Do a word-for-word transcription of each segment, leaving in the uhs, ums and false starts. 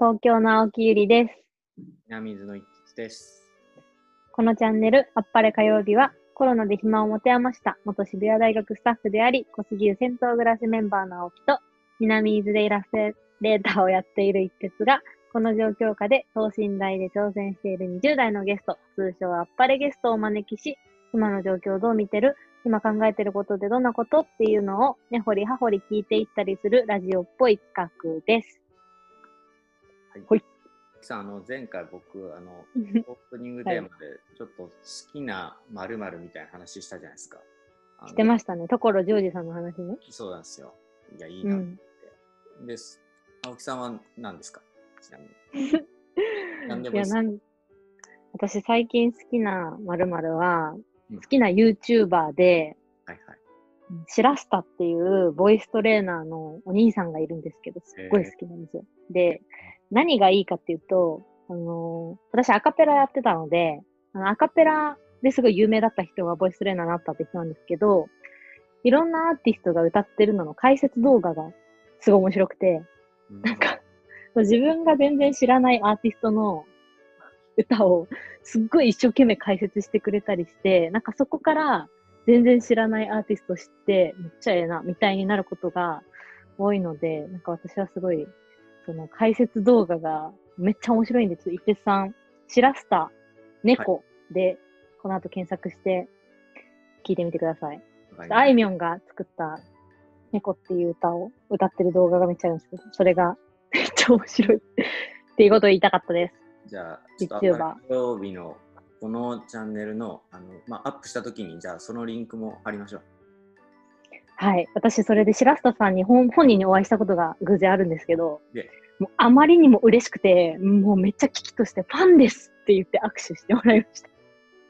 東京の青木ゆりです。 南水の一徹です。 このチャンネル、あっぱれ火曜日は、コロナで暇を持て余した元渋谷大学スタッフであり、小杉湯銭湯暮らしメンバーの青木と、南伊豆でイラストレーターをやっている一徹が、この状況下で等身大で挑戦しているにじゅう代のゲスト、通称あっぱれゲストをお招きし、今の状況をどう見てる、今考えてることでどんなことっていうのを根掘り葉掘り聞いていったりするラジオっぽい企画です。 はい。 ほい。 さん、あの前回僕あのオープニングテーマでちょっと好きな〇〇みたいな話したじゃないですか。 してましたね。所ジョージさんの話ね。 そうなんですよ。いやいいなって、うん、です。青木さんは何ですか？ちなみに。何でもいいです。いやなん私最近好きな〇〇は、うん、好きな YouTuber で、 はいはい。 シラスタっていうボイストレーナーのお兄さんがいるんですけど、すっごい好きなんですよ。で、何がいいかっていうと、あのー、私アカペラやってたので、あのアカペラですごい有名だった人がボイストレーナーになったって人なんですけど、いろんなアーティストが歌ってるのの解説動画がすごい面白くて、なんか、自分が全然知らないアーティストの歌をすっごい一生懸命解説してくれたりして、なんかそこから全然知らないアーティスト知ってめっちゃええなみたいになることが多いので、なんか私はすごいその解説動画がめっちゃ面白いんです。伊手さん、シラスタ猫でこの後検索して聞いてみてください。はい、あいみょんが作った猫っていう歌を歌ってる動画がめっちゃあるんですけど、それがめっちゃ面白いっていうことを言いたかったです。 じゃあ、ちょっと火曜日のこのチャンネルの、あの、まあ、アップしたときに、じゃあそのリンクも貼りましょう。 はい。私、それで白スさんに本本人にお会いしたことが偶然あるんですけど、もうあまりにも嬉しくて、もうめっちゃ危機として、ファンですって言って握手してもらいました。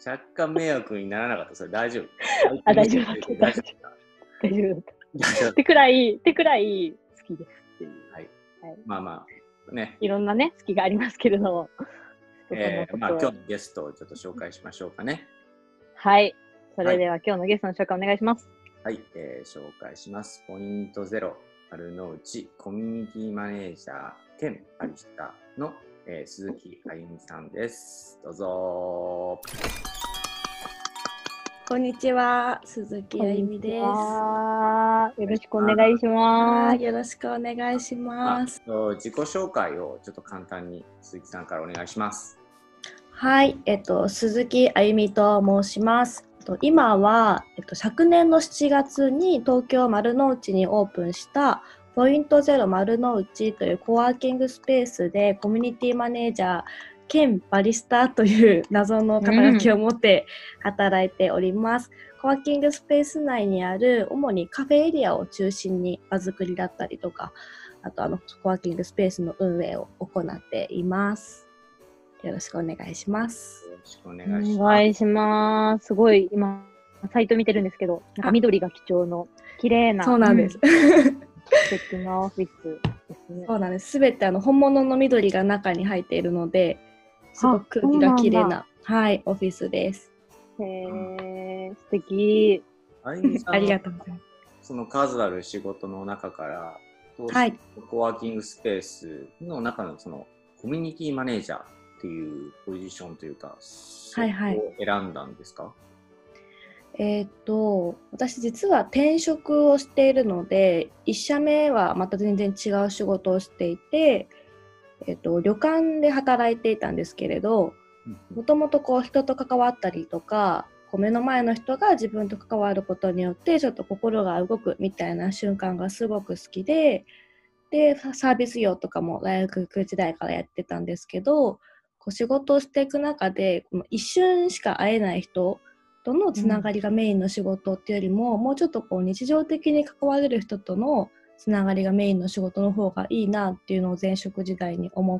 若干迷惑にならなかった。それ大丈夫？ あ、大丈夫だった。大丈夫だった。大丈夫だった。ってくらい、ってくらい好きですっていう。 はい。はい、まあまあ、ね。 いろんなね、好きがありますけれども。 えー、まあ今日のゲストをちょっと紹介しましょうかね。 はい。それでは今日のゲストの紹介お願いします。 はい、えー、紹介します。ポイントゼロ、丸の内コミュニティマネージャー兼バリスタの、えー、鈴木あゆみさんです。どうぞ。 こんにちは、鈴木あゆみです。よろしくお願いします。 よろしくお願いします。 自己紹介をちょっと簡単に鈴木さんからお願いします。 はい、えっと鈴木あゆみと申します。今は、えっと、昨年のしちがつに東京丸の内にオープンしたポイントゼロ丸の内というコワーキングスペースでコミュニティマネージャー兼バリスタという謎の肩書きを持って働いております、うん、コワーキングスペース内にある主にカフェエリアを中心に場作りだったりとか、あとあのコワーキングスペースの運営を行っています。よろしくお願いします。 よろしくお願いします。 お願いします。すごい今サイト見てるんですけど、なんか緑が基調の綺麗な、 そうなんです。 うん、素敵なオフィスですね。 そうなんです。すべてあの本物の緑が中に入っているので、すごく空気が綺麗な、はい、オフィスです。 へえ、素敵。 あゆみさん、 ありがとうございます。 その数ある仕事の中からどうはい、 してコワーキングスペースの中のそのコミュニティマネージャーっていうポジションというか、 はいはい、 そこを選んだんですか？ えー、っと私実は転職をしているので、いっ社目はまた全然違う仕事をしていて、えー、っと旅館で働いていたんですけれど、もともとこう人と関わったりとか、こう目の前の人が自分と関わることによってちょっと心が動くみたいな瞬間がすごく好きで、でサービス業とかも大学時代からやってたんですけど、こう仕事をしていく中でこの一瞬しか会えない人とのつながりがメインの仕事っていうよりも、うん、もうちょっとこう日常的に関われる人とのつながりがメインの仕事の方がいいなっていうのを前職時代に思って、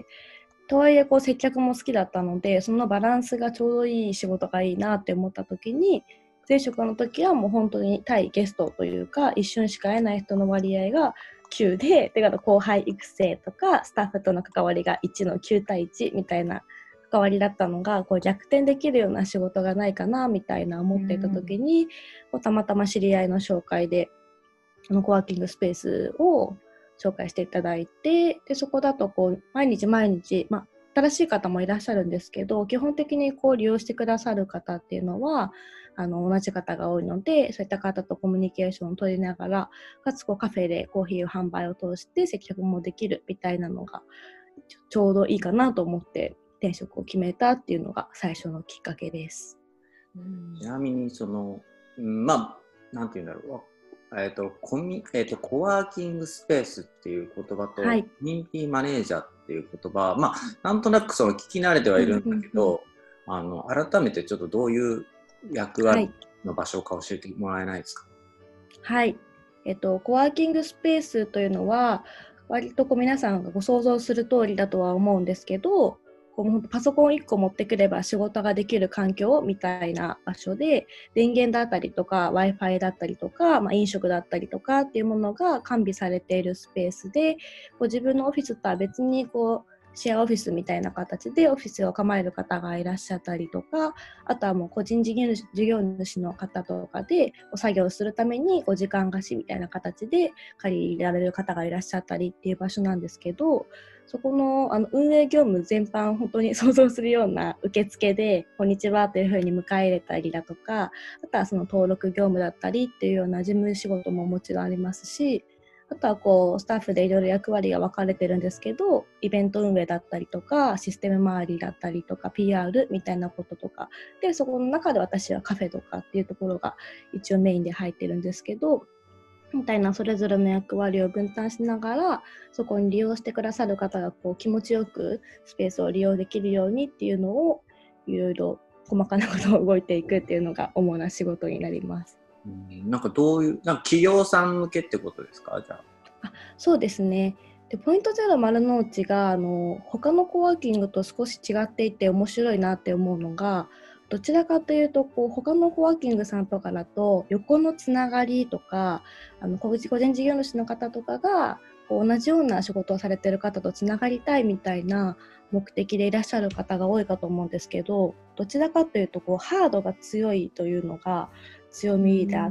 とはいえこう接客も好きだったので、そのバランスがちょうどいい仕事がいいなって思った時に、前職の時はもう本当に対ゲストというか一瞬しか会えない人の割合がきゅうで、で後輩育成とかスタッフとの関わりがいちのきゅう対いちみたいな関わりだったのが、こう逆転できるような仕事がないかなみたいな思っていた時に、うん、こうたまたま知り合いの紹介でこのコワーキングスペースを紹介していただいて、でそこだとこう毎日毎日、まあ、新しい方もいらっしゃるんですけど、基本的にこう利用してくださる方っていうのはあの同じ方が多いので、そういった方とコミュニケーションを取りながら、かつこうカフェでコーヒーを販売を通して接客もできるみたいなのがちょうどいいかなと思って転職を決めたっていうのが最初のきっかけです。 ちなみにその、まあなんていうんだろう、えーとコミえーと、コワーキングスペースっていう言葉と、はい、コミュニティマネージャーっていう言葉、まあなんとなくその聞き慣れてはいるんだけど、うんうんうん、あの改めてちょっとどういう役割の場所か教えてもらえないですか？ はい、えっと、コワーキングスペースというのは割とこう皆さんがご想像する通りだとは思うんですけど、こうパソコンいっこ持ってくれば仕事ができる環境みたいな場所で、電源だったりとか Wi-Fi だったりとか、まあ、飲食だったりとかっていうものが完備されているスペースで、こう自分のオフィスとは別にこうシェアオフィスみたいな形でオフィスを構える方がいらっしゃったりとか、あとはもう個人事業主、事業主の方とかで作業するためにご時間貸しみたいな形で借りられる方がいらっしゃったりっていう場所なんですけど、そこ の, あの運営業務全般本当に想像するような受付でこんにちはというふうに迎え入れたりだとか、あとはその登録業務だったりっていうような事務仕事ももちろんありますし、あとはこうスタッフでいろいろ役割が分かれてるんですけど、イベント運営だったりとかシステム周りだったりとか ピーアール みたいなこととかで、そこの中で私はカフェとかっていうところが一応メインで入ってるんですけど、みたいなそれぞれの役割を分担しながら、そこに利用してくださる方がこう気持ちよくスペースを利用できるようにっていうのをいろいろ細かなことを動いていくっていうのが主な仕事になります。 うん、なんかどういう、なんか企業さん向けってことですか？じゃあ。 あ、そうですね。でポイントゼロ丸の内があの他のコワーキングと少し違っていて面白いなって思うのが、どちらかというとこう他のコワーキングさんとかだと横のつながりとか、あの個人事業主の方とかがこう同じような仕事をされている方とつながりたいみたいな目的でいらっしゃる方が多いかと思うんですけど、どちらかというとこうハードが強いというのが強みであって、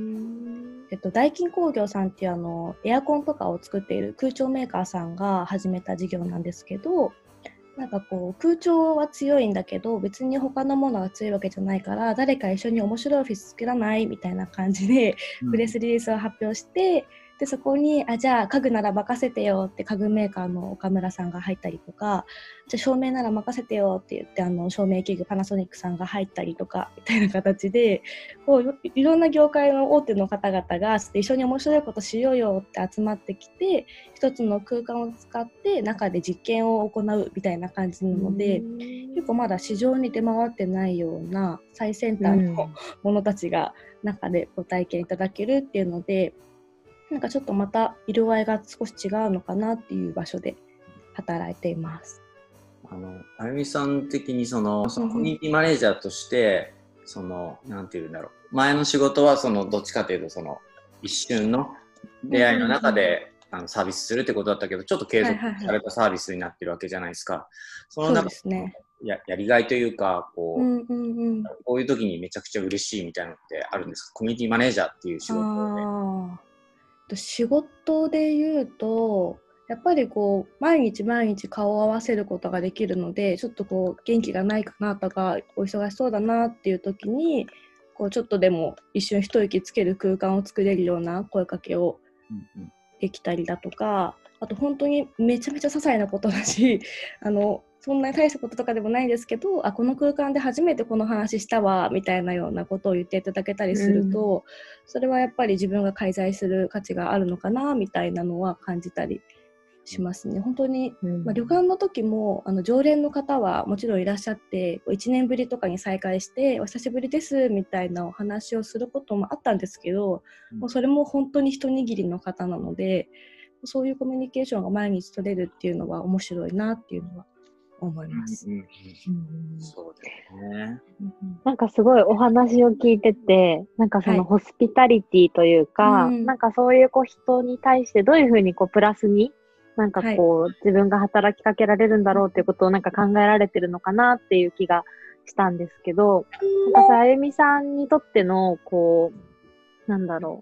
えっと、ダイキン工業さんっていうあのエアコンとかを作っている空調メーカーさんが始めた事業なんですけど、なんかこう空調は強いんだけど別に他のものが強いわけじゃないから、誰か一緒に面白いオフィス作らないみたいな感じでプレスリリースを発表して、でそこにあじゃあ家具なら任せてよって家具メーカーの岡村さんが入ったりとか、じゃあ照明なら任せてよって言ってあの照明器具パナソニックさんが入ったりとかみたいな形で、こういろんな業界の大手の方々が一緒に面白いことしようよって集まってきて、一つの空間を使って中で実験を行うみたいな感じなので、結構まだ市場に出回ってないような最先端のものたちが中でご体験いただけるっていうので、なんかちょっとまた色合いが少し違うのかなっていう場所で働いています。 あのあゆみさん的にその、そのコミュニティマネージャーとして、うん、そのなんていうんだろう、前の仕事はそのどっちかというとその一瞬の出会いの中で、うん、あのサービスするってことだったけど、ちょっと継続されたサービスになってるわけじゃないですか。はいはいはい、その中で、 そうですね、 や, やりがいというかこう、 うんうんうん、 こういう時にめちゃくちゃ嬉しいみたいなのってあるんですか？コミュニティマネージャーっていう仕事で。 あ仕事で言うとやっぱりこう毎日毎日顔を合わせることができるので、ちょっとこう元気がないかなとかお忙しそうだなっていう時にこうちょっとでも一瞬一息つける空間を作れるような声かけをできたりだとか、あと本当にめちゃめちゃ些細なことだしあのそんなに大したこととかでもないんですけど、あこの空間で初めてこの話したわみたいなようなことを言っていただけたりすると、うん、それはやっぱり自分が介在する価値があるのかなみたいなのは感じたりしますね。本当に、うんまあ、旅館の時もあの常連の方はもちろんいらっしゃって、いちねんぶりとかに再会してお久しぶりですみたいなお話をすることもあったんですけど、うん、もうそれも本当に一握りの方なので、そういうコミュニケーションが毎日取れるっていうのは面白いなっていうのは思います。うんうんうん、そうですね。 なんかすごいお話を聞いてて、なんかそのホスピタリティというか、はい、なんかそういうこう人に対してどういうふうにこうプラスになんかこう、はい、自分が働きかけられるんだろうっていうことをなんか考えられてるのかなっていう気がしたんですけど、なんかさあゆみさんにとってのこうなんだろう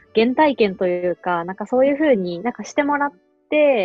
原体験というか、なんかそういう風になんかしてもらって、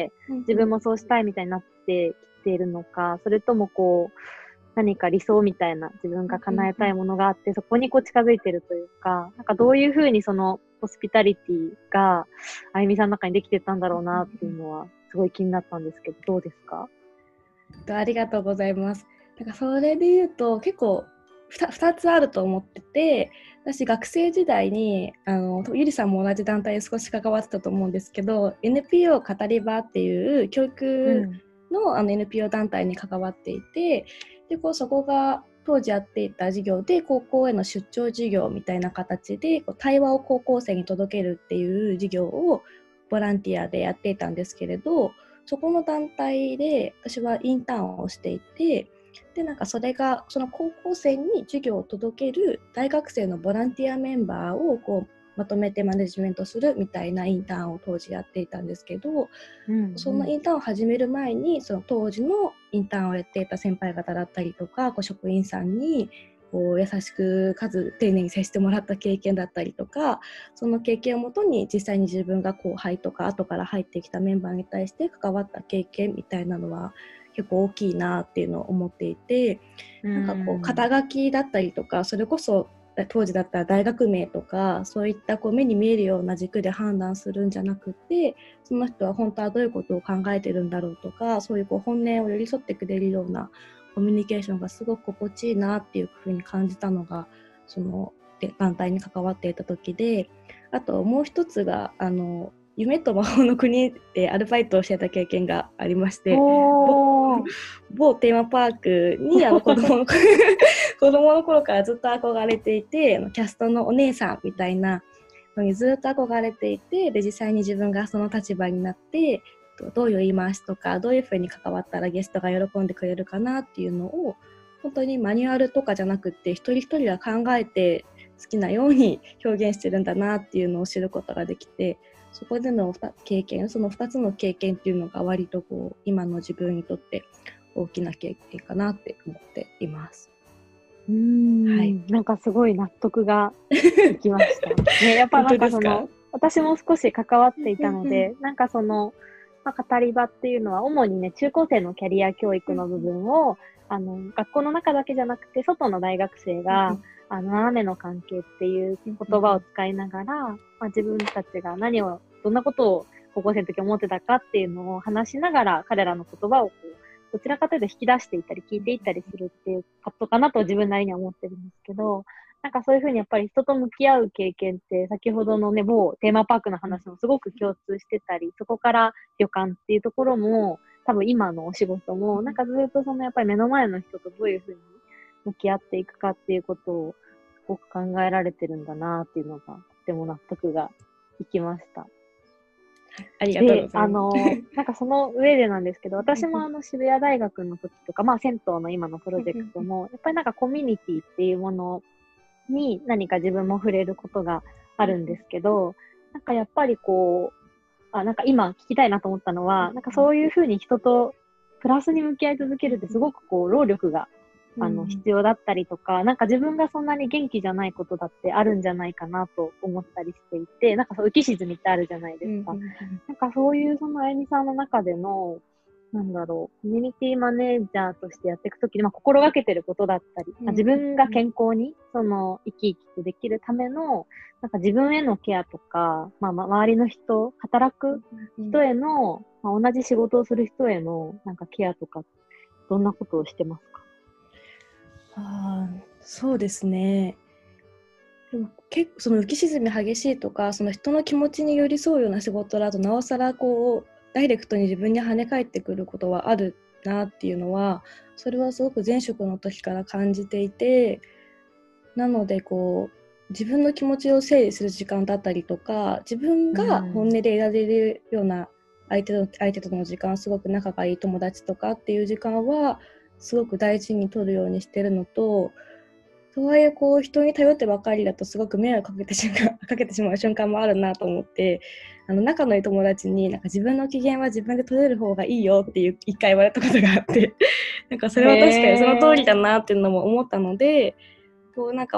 自分もそうしたいみたいになってきているのか、それともこう、何か理想みたいな自分が叶えたいものがあって、そこにこう近づいてるというか、なんかどういう風にそのホスピタリティがあゆみさんの中にできてたんだろうなっていうのはすごい気になったんですけど、どうですか？ ありがとうございます。なんかそれで言うと結構 2, 2つあると思ってて、私学生時代にあのゆりさんも同じ団体に少し関わってたと思うんですけど、 エヌピーオー 語り場っていう教育の、うん、あの エヌピーオー 団体に関わっていて、でこうそこが当時やっていた授業で高校への出張授業みたいな形でこう対話を高校生に届けるっていう授業をボランティアでやっていたんですけれど、そこの団体で私はインターンをしていて、でなんかそれがその高校生に授業を届ける大学生のボランティアメンバーをこうまとめてマネジメントするみたいなインターンを当時やっていたんですけど、うんうん、そのインターンを始める前にその当時のインターンをやっていた先輩方だったりとかこう職員さんにこう優しくかつ丁寧に接してもらった経験だったりとか、その経験をもとに実際に自分が後輩とか後から入ってきたメンバーに対して関わった経験みたいなのは結構大きいなっていうのを思っていて、なんかこう肩書きだったりとかそれこそ当時だったら大学名とかそういったこう目に見えるような軸で判断するんじゃなくて、その人は本当はどういうことを考えてるんだろうとか、そういうこう本音を寄り添ってくれるようなコミュニケーションがすごく心地いいなっていうふうに感じたのがその団体に関わっていた時で、あともう一つがあの夢と魔法の国でアルバイトをしてた経験がありまして、某, 某テーマパークにあの子供の子供の頃からずっと憧れていて、キャストのお姉さんみたいなのにずっと憧れていて、で実際に自分がその立場になってどういう言い回しとかどういうふうに関わったらゲストが喜んでくれるかなっていうのを本当にマニュアルとかじゃなくって一人一人が考えて好きなように表現してるんだなっていうのを知ることができて、そこでの経験、そのふたつの経験っていうのが割とこう今の自分にとって大きな経験かなって思っています。 うーん、はい、なんかすごい納得がいきました、ね、やっぱなんかその私も少し関わっていたのでなんかその、まあ、語り場っていうのは主にね中高生のキャリア教育の部分をあの学校の中だけじゃなくて外の大学生があの斜めの関係っていう言葉を使いながら、まあ、自分たちが何をどんなことを高校生の時思ってたかっていうのを話しながら彼らの言葉をこうどちらかというと引き出していったり聞いていったりするっていうことかなと自分なりには思ってるんですけど、なんかそういうふうにやっぱり人と向き合う経験って先ほどのね某テーマパークの話もすごく共通してたり、そこから旅館っていうところも多分今のお仕事もなんかずっとそのやっぱり目の前の人とどういうふうに向き合っていくかっていうことをすごく考えられてるんだなっていうのがとても納得がいきました。 ありがとうございます。 で、あの、なんかその上でなんですけど、私もあの渋谷大学の時とか、まあ銭湯の今のプロジェクトも、やっぱりなんかコミュニティっていうものに何か自分も触れることがあるんですけど、なんかやっぱりこう、あ、なんか今聞きたいなと思ったのは、なんかそういうふうに人とプラスに向き合い続けるってすごくこう、労力があの、必要だったりとか、なんか自分がそんなに元気じゃないことだってあるんじゃないかなと思ったりしていて、なんかそう浮き沈みってあるじゃないですか。うんうんうん、なんかそういうそのあゆみさんの中での、なんだろう、コミュニティマネージャーとしてやっていくときに、まあ、心がけてることだったり、うんうん、自分が健康に、その、生き生きとできるための、なんか自分へのケアとか、まあ、周りの人、働く人への、まあ、同じ仕事をする人への、なんかケアとか、どんなことをしてますか？ あ、そうですね。でも結構その浮き沈み激しいとか、その人の気持ちに寄り添うような仕事だとなおさらこうダイレクトに自分に跳ね返ってくることはあるなっていうのは、それはすごく前職の時から感じていて、なのでこう自分の気持ちを整理する時間だったりとか、自分が本音で得られるような相手の、相手との時間、すごく仲がいい友達とかっていう時間はすごく大事に取るようにしてるのと、とはいえこう人に頼ってばかりだとすごく迷惑かけてしまう、かけてしまう瞬間もあるなと思って、あの仲のいい友達になんか自分の機嫌は自分で取れる方がいいよっていう一回言われたことがあってなんかそれは確かにその通りだなっていうのも思ったので、こうなんか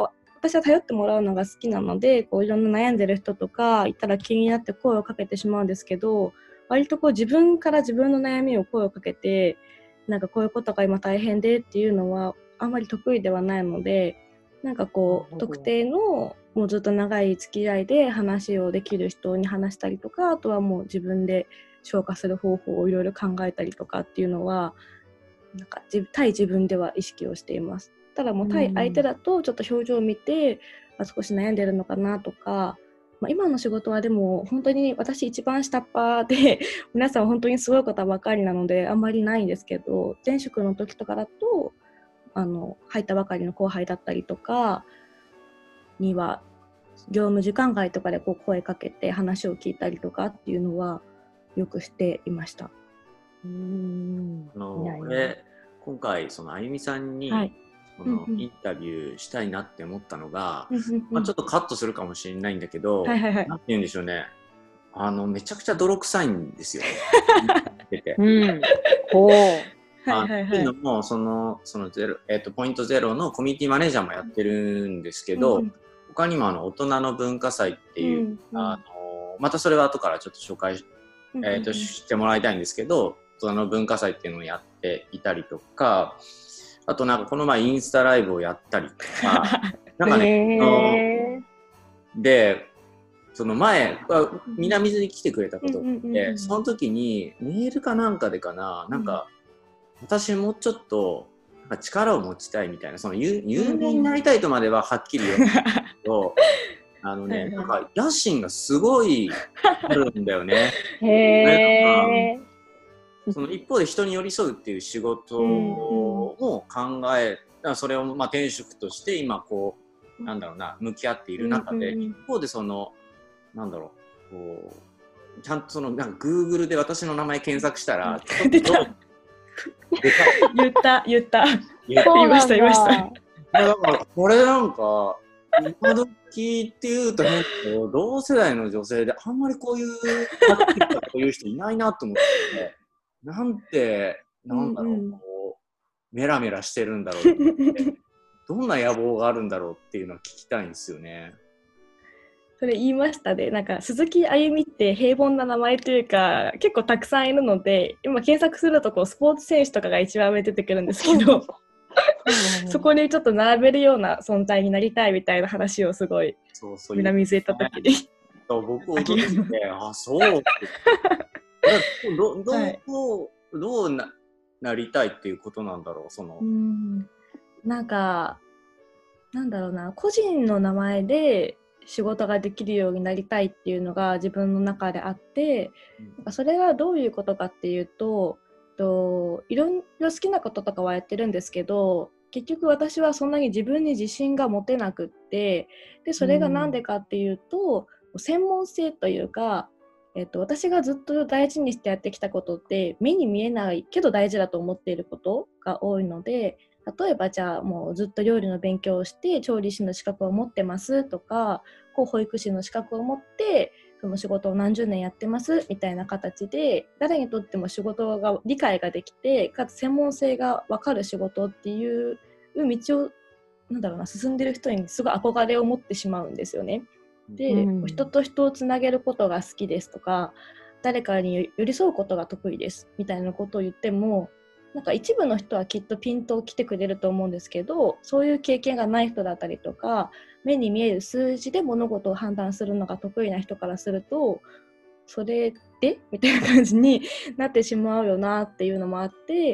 私は頼ってもらうのが好きなので、こういろんな悩んでる人とかいたら気になって声をかけてしまうんですけど、割とこう自分から自分の悩みを声をかけて、なんかこういうことが今大変でっていうのはあんまり得意ではないので、なんかこう特定のもうずっと長い付き合いで話をできる人に話したりとか、あとはもう自分で消化する方法をいろいろ考えたりとかっていうのは、なんか対自分では意識をしています。ただもう対相手だとちょっと表情を見て、あ、少し悩んでるのかなとか、まあ、今の仕事はでも本当に私一番下っ端で皆さん本当にすごい方ばかりなのであんまりないんですけど、前職の時とかだとあの入ったばかりの後輩だったりとかには業務時間外とかでこう声かけて話を聞いたりとかっていうのはよくしていました。 うーんあの俺今回そのあゆみさんに、 はい、 そのインタビューしたいなって思ったのが、うんうん、まあ、ちょっとカットするかもしれないんだけど、はいはいはい、なんて言うんでしょうね、あのめちゃくちゃ泥臭いんですよ。うん、こうはいはいはい、っていうのもそのそのゼロ、えーと、ポイントゼロのコミュニティマネージャーもやってるんですけど、うんうん、他にもあの大人の文化祭っていう、うんうん、あのまたそれは後からちょっと紹介、えーと、してもらいたいんですけど、大人の文化祭っていうのをやっていたりとか、あとなんかこの前インスタライブをやったりとかなんかね、えー、でその前南水に来てくれたことで、その時にメールかなんかでかな、なんか私もうちょっとなんか力を持ちたいみたいな、その有名になりたいとまでははっきり言わないけどあのね、なんか野心がすごいあるんだよね。へー。その一方で人に寄り添うっていう仕事を考え、それをまあ転職として今こうなんだろうな向き合っている中で、一方でそのなんだろうこうちゃんとそのなんか Google で私の名前検索したら出た言った言った言いました言いました。いやだからこれなんか今時っていうと変だけど同世代の女性であんまりこういうこういう人いないなと思って。なんてなんだろう、うんうん、こうメラメラしてるんだろうってどんな野望があるんだろうっていうのを聞きたいんですよね。 それ言いましたね。なんか鈴木あゆみって平凡な名前というか結構たくさんいるので、今検索するとこうスポーツ選手とかが一番上出てくるんですけどそこにちょっと並べるような存在になりたいみたいな話をすごい南水行った時にそう僕驚いてあそうってど, ど, はい、ど, うどう な, なりたいっていうことなんだろう。そのうんなんかなんだろうな、個人の名前で仕事ができるようになりたいっていうのが自分の中であって、うん、なんかそれはどういうことかっていうと、といろいろ好きなこととかはやってるんですけど、結局私はそんなに自分に自信が持てなくって、でそれがなんでかっていうと、うん、専門性というか、えっと、私がずっと大事にしてやってきたことって目に見えないけど大事だと思っていることが多いので、例えばじゃあもうずっと料理の勉強をして調理師の資格を持ってますとか、こう保育士の資格を持ってその仕事を何十年やってますみたいな形で、誰にとっても仕事が理解ができてかつ専門性が分かる仕事っていう道をなんだろうな進んでる人にすごい憧れを持ってしまうんですよね。で、うん、人と人をつなげることが好きですとか、誰かに寄り添うことが得意ですみたいなことを言っても、なんか一部の人はきっとピンと来てくれると思うんですけど、そういう経験がない人だったりとか、目に見える数字で物事を判断するのが得意な人からすると、それでみたいな感じになってしまうよなっていうのもあって、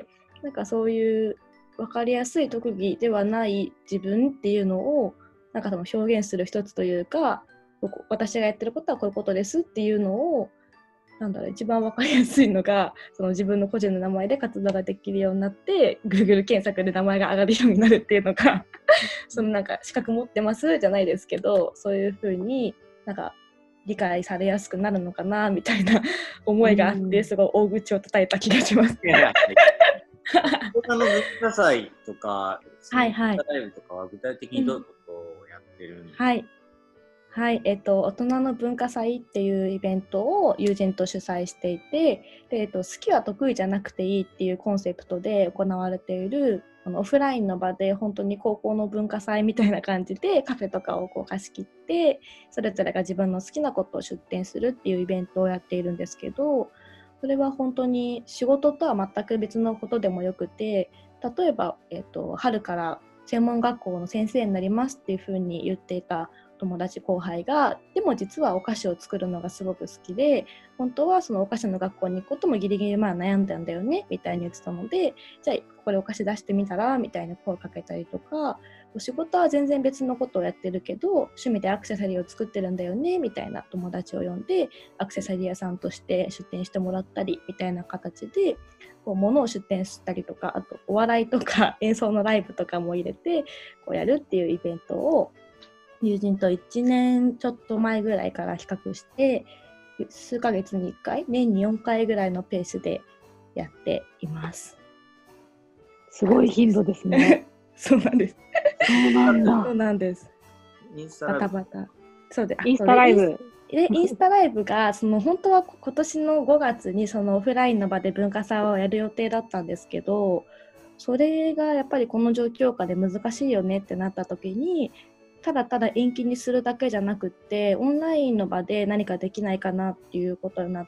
なんかそういう分かりやすい特技ではない自分っていうのをなんか多分表現する一つというか、私がやってることはこういうことですっていうのをなんだろう、一番わかりやすいのがその自分の個人の名前で活動ができるようになって Google 検索で名前が上がるようになるっていうのがそのなんか資格持ってますじゃないですけど、そういう風になんか理解されやすくなるのかなみたいな思いがあって、すごい大口を叩いた気がします。 他の文化祭とか、はいはい、ライブとかは具体的にどういうことをやってるんですか？ うん、はいはい、えっと、大人の文化祭っていうイベントを友人と主催していて、で、えっと、好きは得意じゃなくていいっていうコンセプトで行われているあのオフラインの場で本当に高校の文化祭みたいな感じでカフェとかをこう貸し切ってそれぞれが自分の好きなことを出展するっていうイベントをやっているんですけど、それは本当に仕事とは全く別のことでもよくて、例えば、えーと、春から専門学校の先生になりますっていうふうに言っていた友達後輩が、でも実はお菓子を作るのがすごく好きで、本当はそのお菓子の学校に行くこともギリギリまあ悩んだんだよねみたいに言ってたので、じゃあここでお菓子出してみたらみたいな声をかけたりとか、お仕事は全然別のことをやってるけど趣味でアクセサリーを作ってるんだよねみたいな友達を呼んでアクセサリー屋さんとして出店してもらったりみたいな形でこう物を出店したりとか、あとお笑いとか演奏のライブとかも入れてこうやるっていうイベントを友人といちねんちょっと前ぐらいから比較して数ヶ月にいっかい、年によんかいぐらいのペースでやっています。 すごい頻度ですね。 そうなんです。 そうなんだ。 そうなんです。 インスタライブ。 バタバタ。そうで、 インスタライブ。 でインスタライブがその本当は今年のごがつにそのオフラインの場で文化祭をやる予定だったんですけど、それがやっぱりこの状況下で難しいよねってなった時に、ただただ延期にするだけじゃなくってオンラインの場で何かできないかなっていうことになって、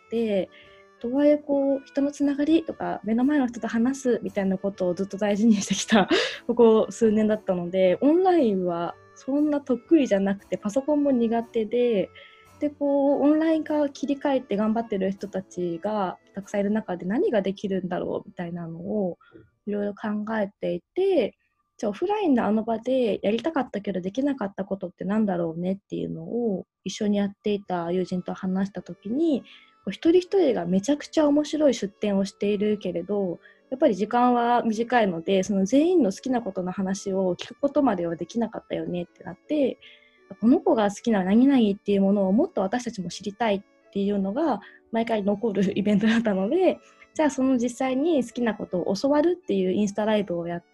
とはいえこう人のつながりとか目の前の人と話すみたいなことをずっと大事にしてきたここ数年だったので、オンラインはそんな得意じゃなくてパソコンも苦手で、でこうオンライン化を切り替えて頑張ってる人たちがたくさんいる中で何ができるんだろうみたいなのをいろいろ考えていて、じゃあオフラインのあの場でやりたかったけどできなかったことってなんだろうねっていうのを一緒にやっていた友人と話した時に、一人一人がめちゃくちゃ面白い出展をしているけれどやっぱり時間は短いのでその全員の好きなことの話を聞くことまではできなかったよねってなって、この子が好きな何々っていうものをもっと私たちも知りたいっていうのが毎回残るイベントだったので、じゃあその実際に好きなことを教わるっていうインスタライブをやって、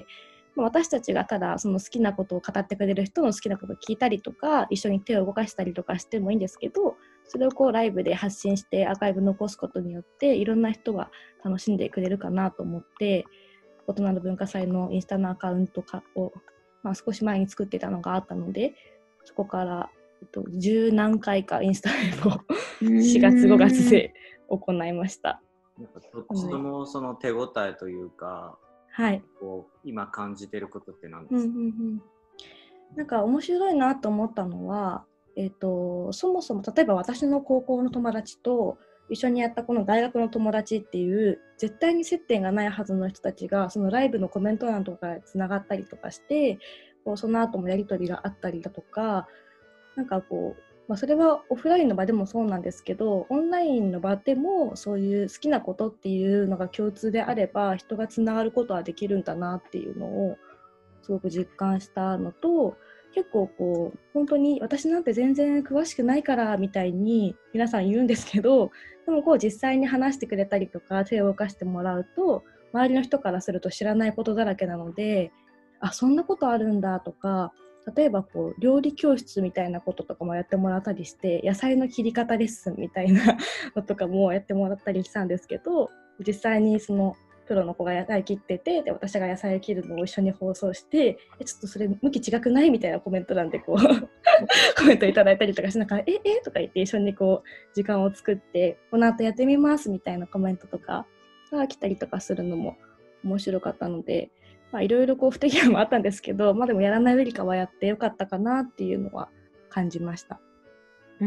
私たちがただその好きなことを語ってくれる人の好きなことを聞いたりとか一緒に手を動かしたりとかしてもいいんですけど、それをこうライブで発信してアーカイブ残すことによっていろんな人が楽しんでくれるかなと思って、大人の文化祭のインスタのアカウントを、まあ、少し前に作ってたのがあったので、そこから、えっと、十何回かインスタライブをしがつごがつで行いました。 なんかどっちともその手応えというか、 はい、 こう今感じてることって何ですか？ うんうんうん、なんか面白いなと思ったのは、えーと、そもそも例えば私の高校の友達と一緒にやったこの大学の友達っていう絶対に接点がないはずの人たちがそのライブのコメント欄とかでつながったりとかして、こうその後もやり取りがあったりだとか、なんかこう、まあ、それはオフラインの場でもそうなんですけどオンラインの場でもそういう好きなことっていうのが共通であれば人がつながることはできるんだなっていうのをすごく実感したのと、結構こう本当に私なんて全然詳しくないからみたいに皆さん言うんですけど、でもこう実際に話してくれたりとか手を動かしてもらうと周りの人からすると知らないことだらけなので、あ、そんなことあるんだとか、例えばこう料理教室みたいなこととかもやってもらったりして、野菜の切り方レッスンみたいなのとかもやってもらったりしたんですけど、実際にそのプロの子が野菜切ってて、で私が野菜を切るのを一緒に放送して、えちょっとそれ向き違くないみたいなコメント欄でこうコメントいただいたりとかして、なんかええとか言って一緒にこう時間を作ってこの後やってみますみたいなコメントとかが来たりとかするのも面白かったので、いろいろ不手際もあったんですけど、まあ、でもやらないよりかはやってよかったかなっていうのは感じました。 うん、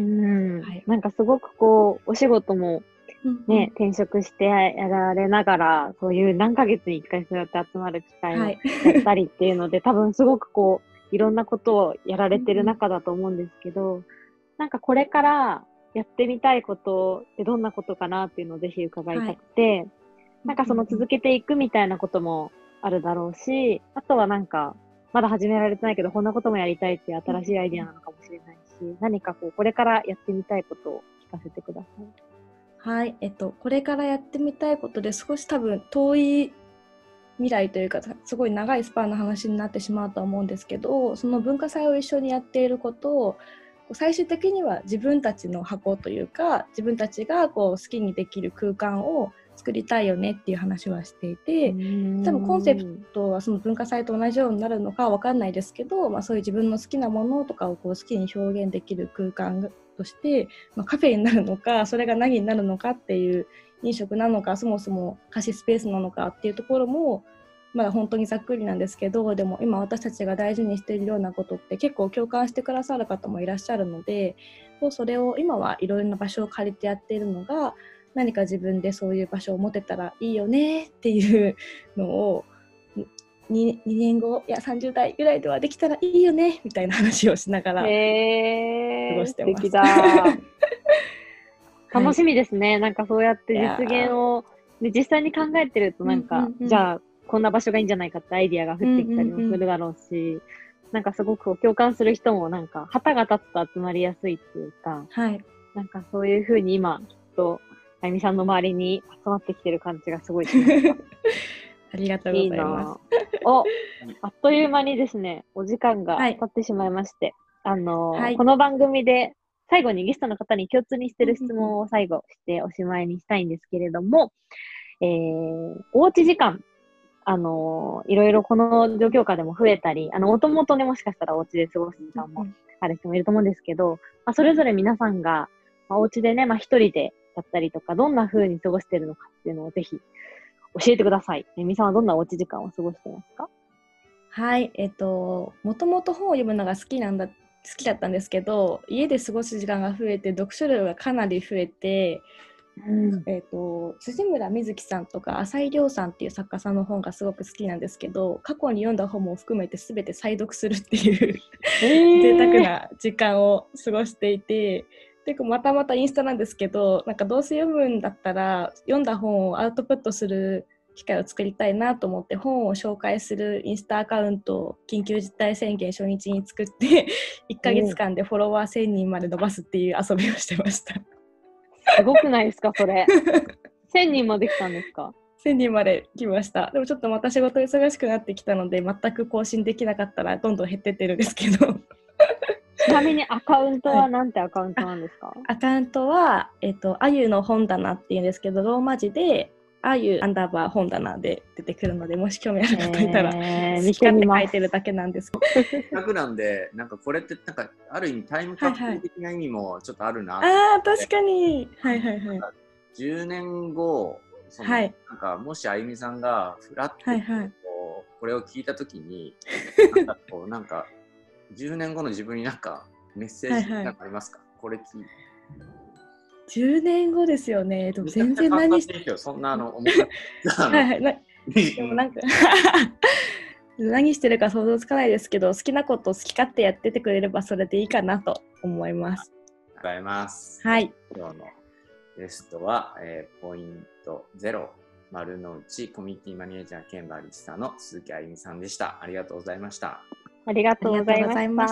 はい、なんかすごくこうお仕事もね、うんうん、転職してやられながらそういう何ヶ月に一回そうやって集まる機会をやったりっていうので、はい、多分すごくこういろんなことをやられてる中だと思うんですけど、うんうん、なんかこれからやってみたいことってどんなことかなっていうのをぜひ伺いたくて、はい、なんかその続けていくみたいなこともあるだろうし、あとはなんかまだ始められてないけどこんなこともやりたいっていう新しいアイディアなのかもしれないし、何かこうこれからやってみたいことを聞かせてください。 はい、えっとこれからやってみたいことで少し多分遠い未来というかすごい長いスパンの話になってしまうとは思うんですけど、その文化祭を一緒にやっていることを最終的には自分たちの箱というか自分たちがこう好きにできる空間を作りたいよねっていう話はしていて、多分コンセプトはその文化祭と同じようになるのかわかんないですけど、まあ、そういう自分の好きなものとかをこう好きに表現できる空間として、まあ、カフェになるのか、それが何になるのかっていう、飲食なのかそもそも貸しスペースなのかっていうところもまだ本当にざっくりなんですけど、でも今私たちが大事にしているようなことって結構共感してくださる方もいらっしゃるので、それを今はいろいろな場所を借りてやっているのが、何か自分でそういう場所を持てたらいいよねっていうのを 2, 2年後いやさんじゅう代ぐらいではできたらいいよねみたいな話をしながら過ごしてます。 素敵だ楽しみですね、はい、なんかそうやって実現をで実際に考えてるとなんか、うんうんうん、じゃあこんな場所がいいんじゃないかってアイディアが降ってきたりもするだろうし、うんうんうん、なんかすごく共感する人もなんか旗が立つと集まりやすいっていうか、はい、なんかそういう風に今きっとあゆみさんの周りに集まってきてる感じがすごいしましたありがとうございます。いいなお、あっという間にですねお時間が経ってしまいまして、はい、あの、はい、この番組で最後にゲストの方に共通にしてる質問を最後しておしまいにしたいんですけれども、えー、おうち時間、あのー、いろいろこの状況下でも増えたり、あの、もともとね、もしかしたらお家で過ごす時間もある人もいると思うんですけど、まあ、それぞれ皆さんが、まあ、お家でね、まあ一人でだったりとか、どんな風に過ごしてるのかっていうのをぜひ教えてください。えみさんはどんなおうち時間を過ごしてますか？ はい、えっと、もともと本を読むのが好きなんだ、好きだったんですけど、家で過ごす時間が増えて、読書量がかなり増えて、うんえー、と辻村瑞希さんとか浅井亮さんっていう作家さんの本がすごく好きなんですけど、過去に読んだ本も含めて全て再読するっていう贅沢な時間を過ごしていて、結構またまたインスタなんですけど、なんかどうせ読むんだったら読んだ本をアウトプットする機会を作りたいなと思って、本を紹介するインスタアカウントを緊急事態宣言初日に作っていっかげつかんでフォロワーせんにんまで伸ばすっていう遊びをしてました。 すごくないですかそれせんにんまで来たんですか？ せんにんまで来ました。でもちょっとまた仕事忙しくなってきたので全く更新できなかったらどんどん減ってってるんですけどちなみにアカウントはなんてアカウントなんですか？はい、 アカウントは、えっと、あゆの本棚っていうんですけど、ローマ字であゆアンダーバー本棚で出てくるので、もし興味ある方いたら、えー、好き勝手書いてるだけなんですけど。 せっかくなんで、なんかこれってなんかある意味タイムカプセル的な意味もちょっとあるな、 はいはい、ああ確かに、はいはいはい。 じゅうねんご、その、はい、なんかもしあゆみさんがフラッとこう、はいはい、これを聞いたときに、なんかこうなんかじゅうねんごの自分になんかメッセージなんかありますか？はいはい、これ聞いて。 じゅうねんごですよね。でも全然何して、 そんなあの思ったはいはい、なでもなんか何してるか想像つかないですけど、好きなことを好き勝手やっててくれればそれでいいかなと思います。 ありがとうございます。 はい。 今日のゲストは、えー、ポイントゼロ丸の内コミュニティマネージャー兼バリスタの鈴木あゆみさんでした。ありがとうございました。 ありがとうございました。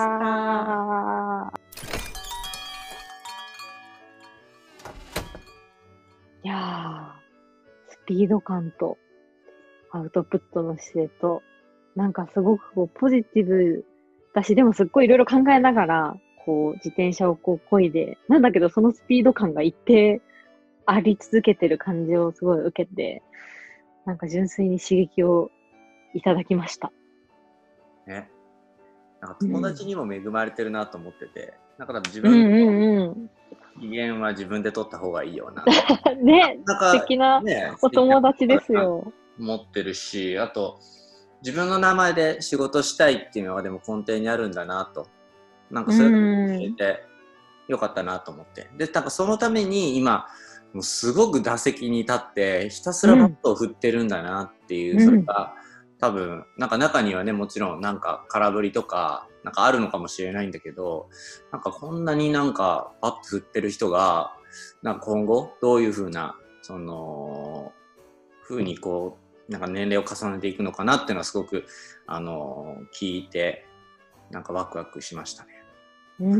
いやー、スピード感とアウトプットの姿勢と、なんかすごくこうポジティブだし、でもすっごいいろいろ考えながら、こう自転車をこう漕いで、なんだけどそのスピード感が一定あり続けてる感じをすごい受けて、なんか純粋に刺激をいただきました。 ね。なんか友達にも恵まれてるなと思ってて、うん、なんか自分の機嫌は自分で取った方がいいよな。 ね、素敵なお友達ですよ。 思ってるし、あと自分の名前で仕事したいっていうのはでも根底にあるんだなと、なんかそういうのを教えてよかったなと思って、で、なんかそのために今もうすごく打席に立ってひたすらバットを振ってるんだなっていう、うん、それが多分なんか中にはね、もちろんなんか空振りとかなんかあるのかもしれないんだけど、なんかこんなになんかバット振ってる人がなんか今後どういう風なその風にこうなんか年齢を重ねていくのかなっていうのはすごくあの聞いてなんかワクワクしましたね。 うん、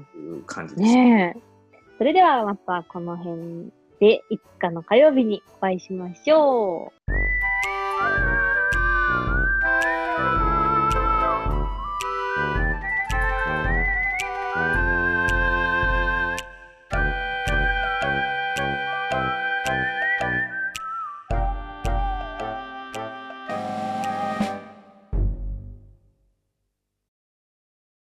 という感じですね。それではまたこの辺でいつかの火曜日にお会いしましょう。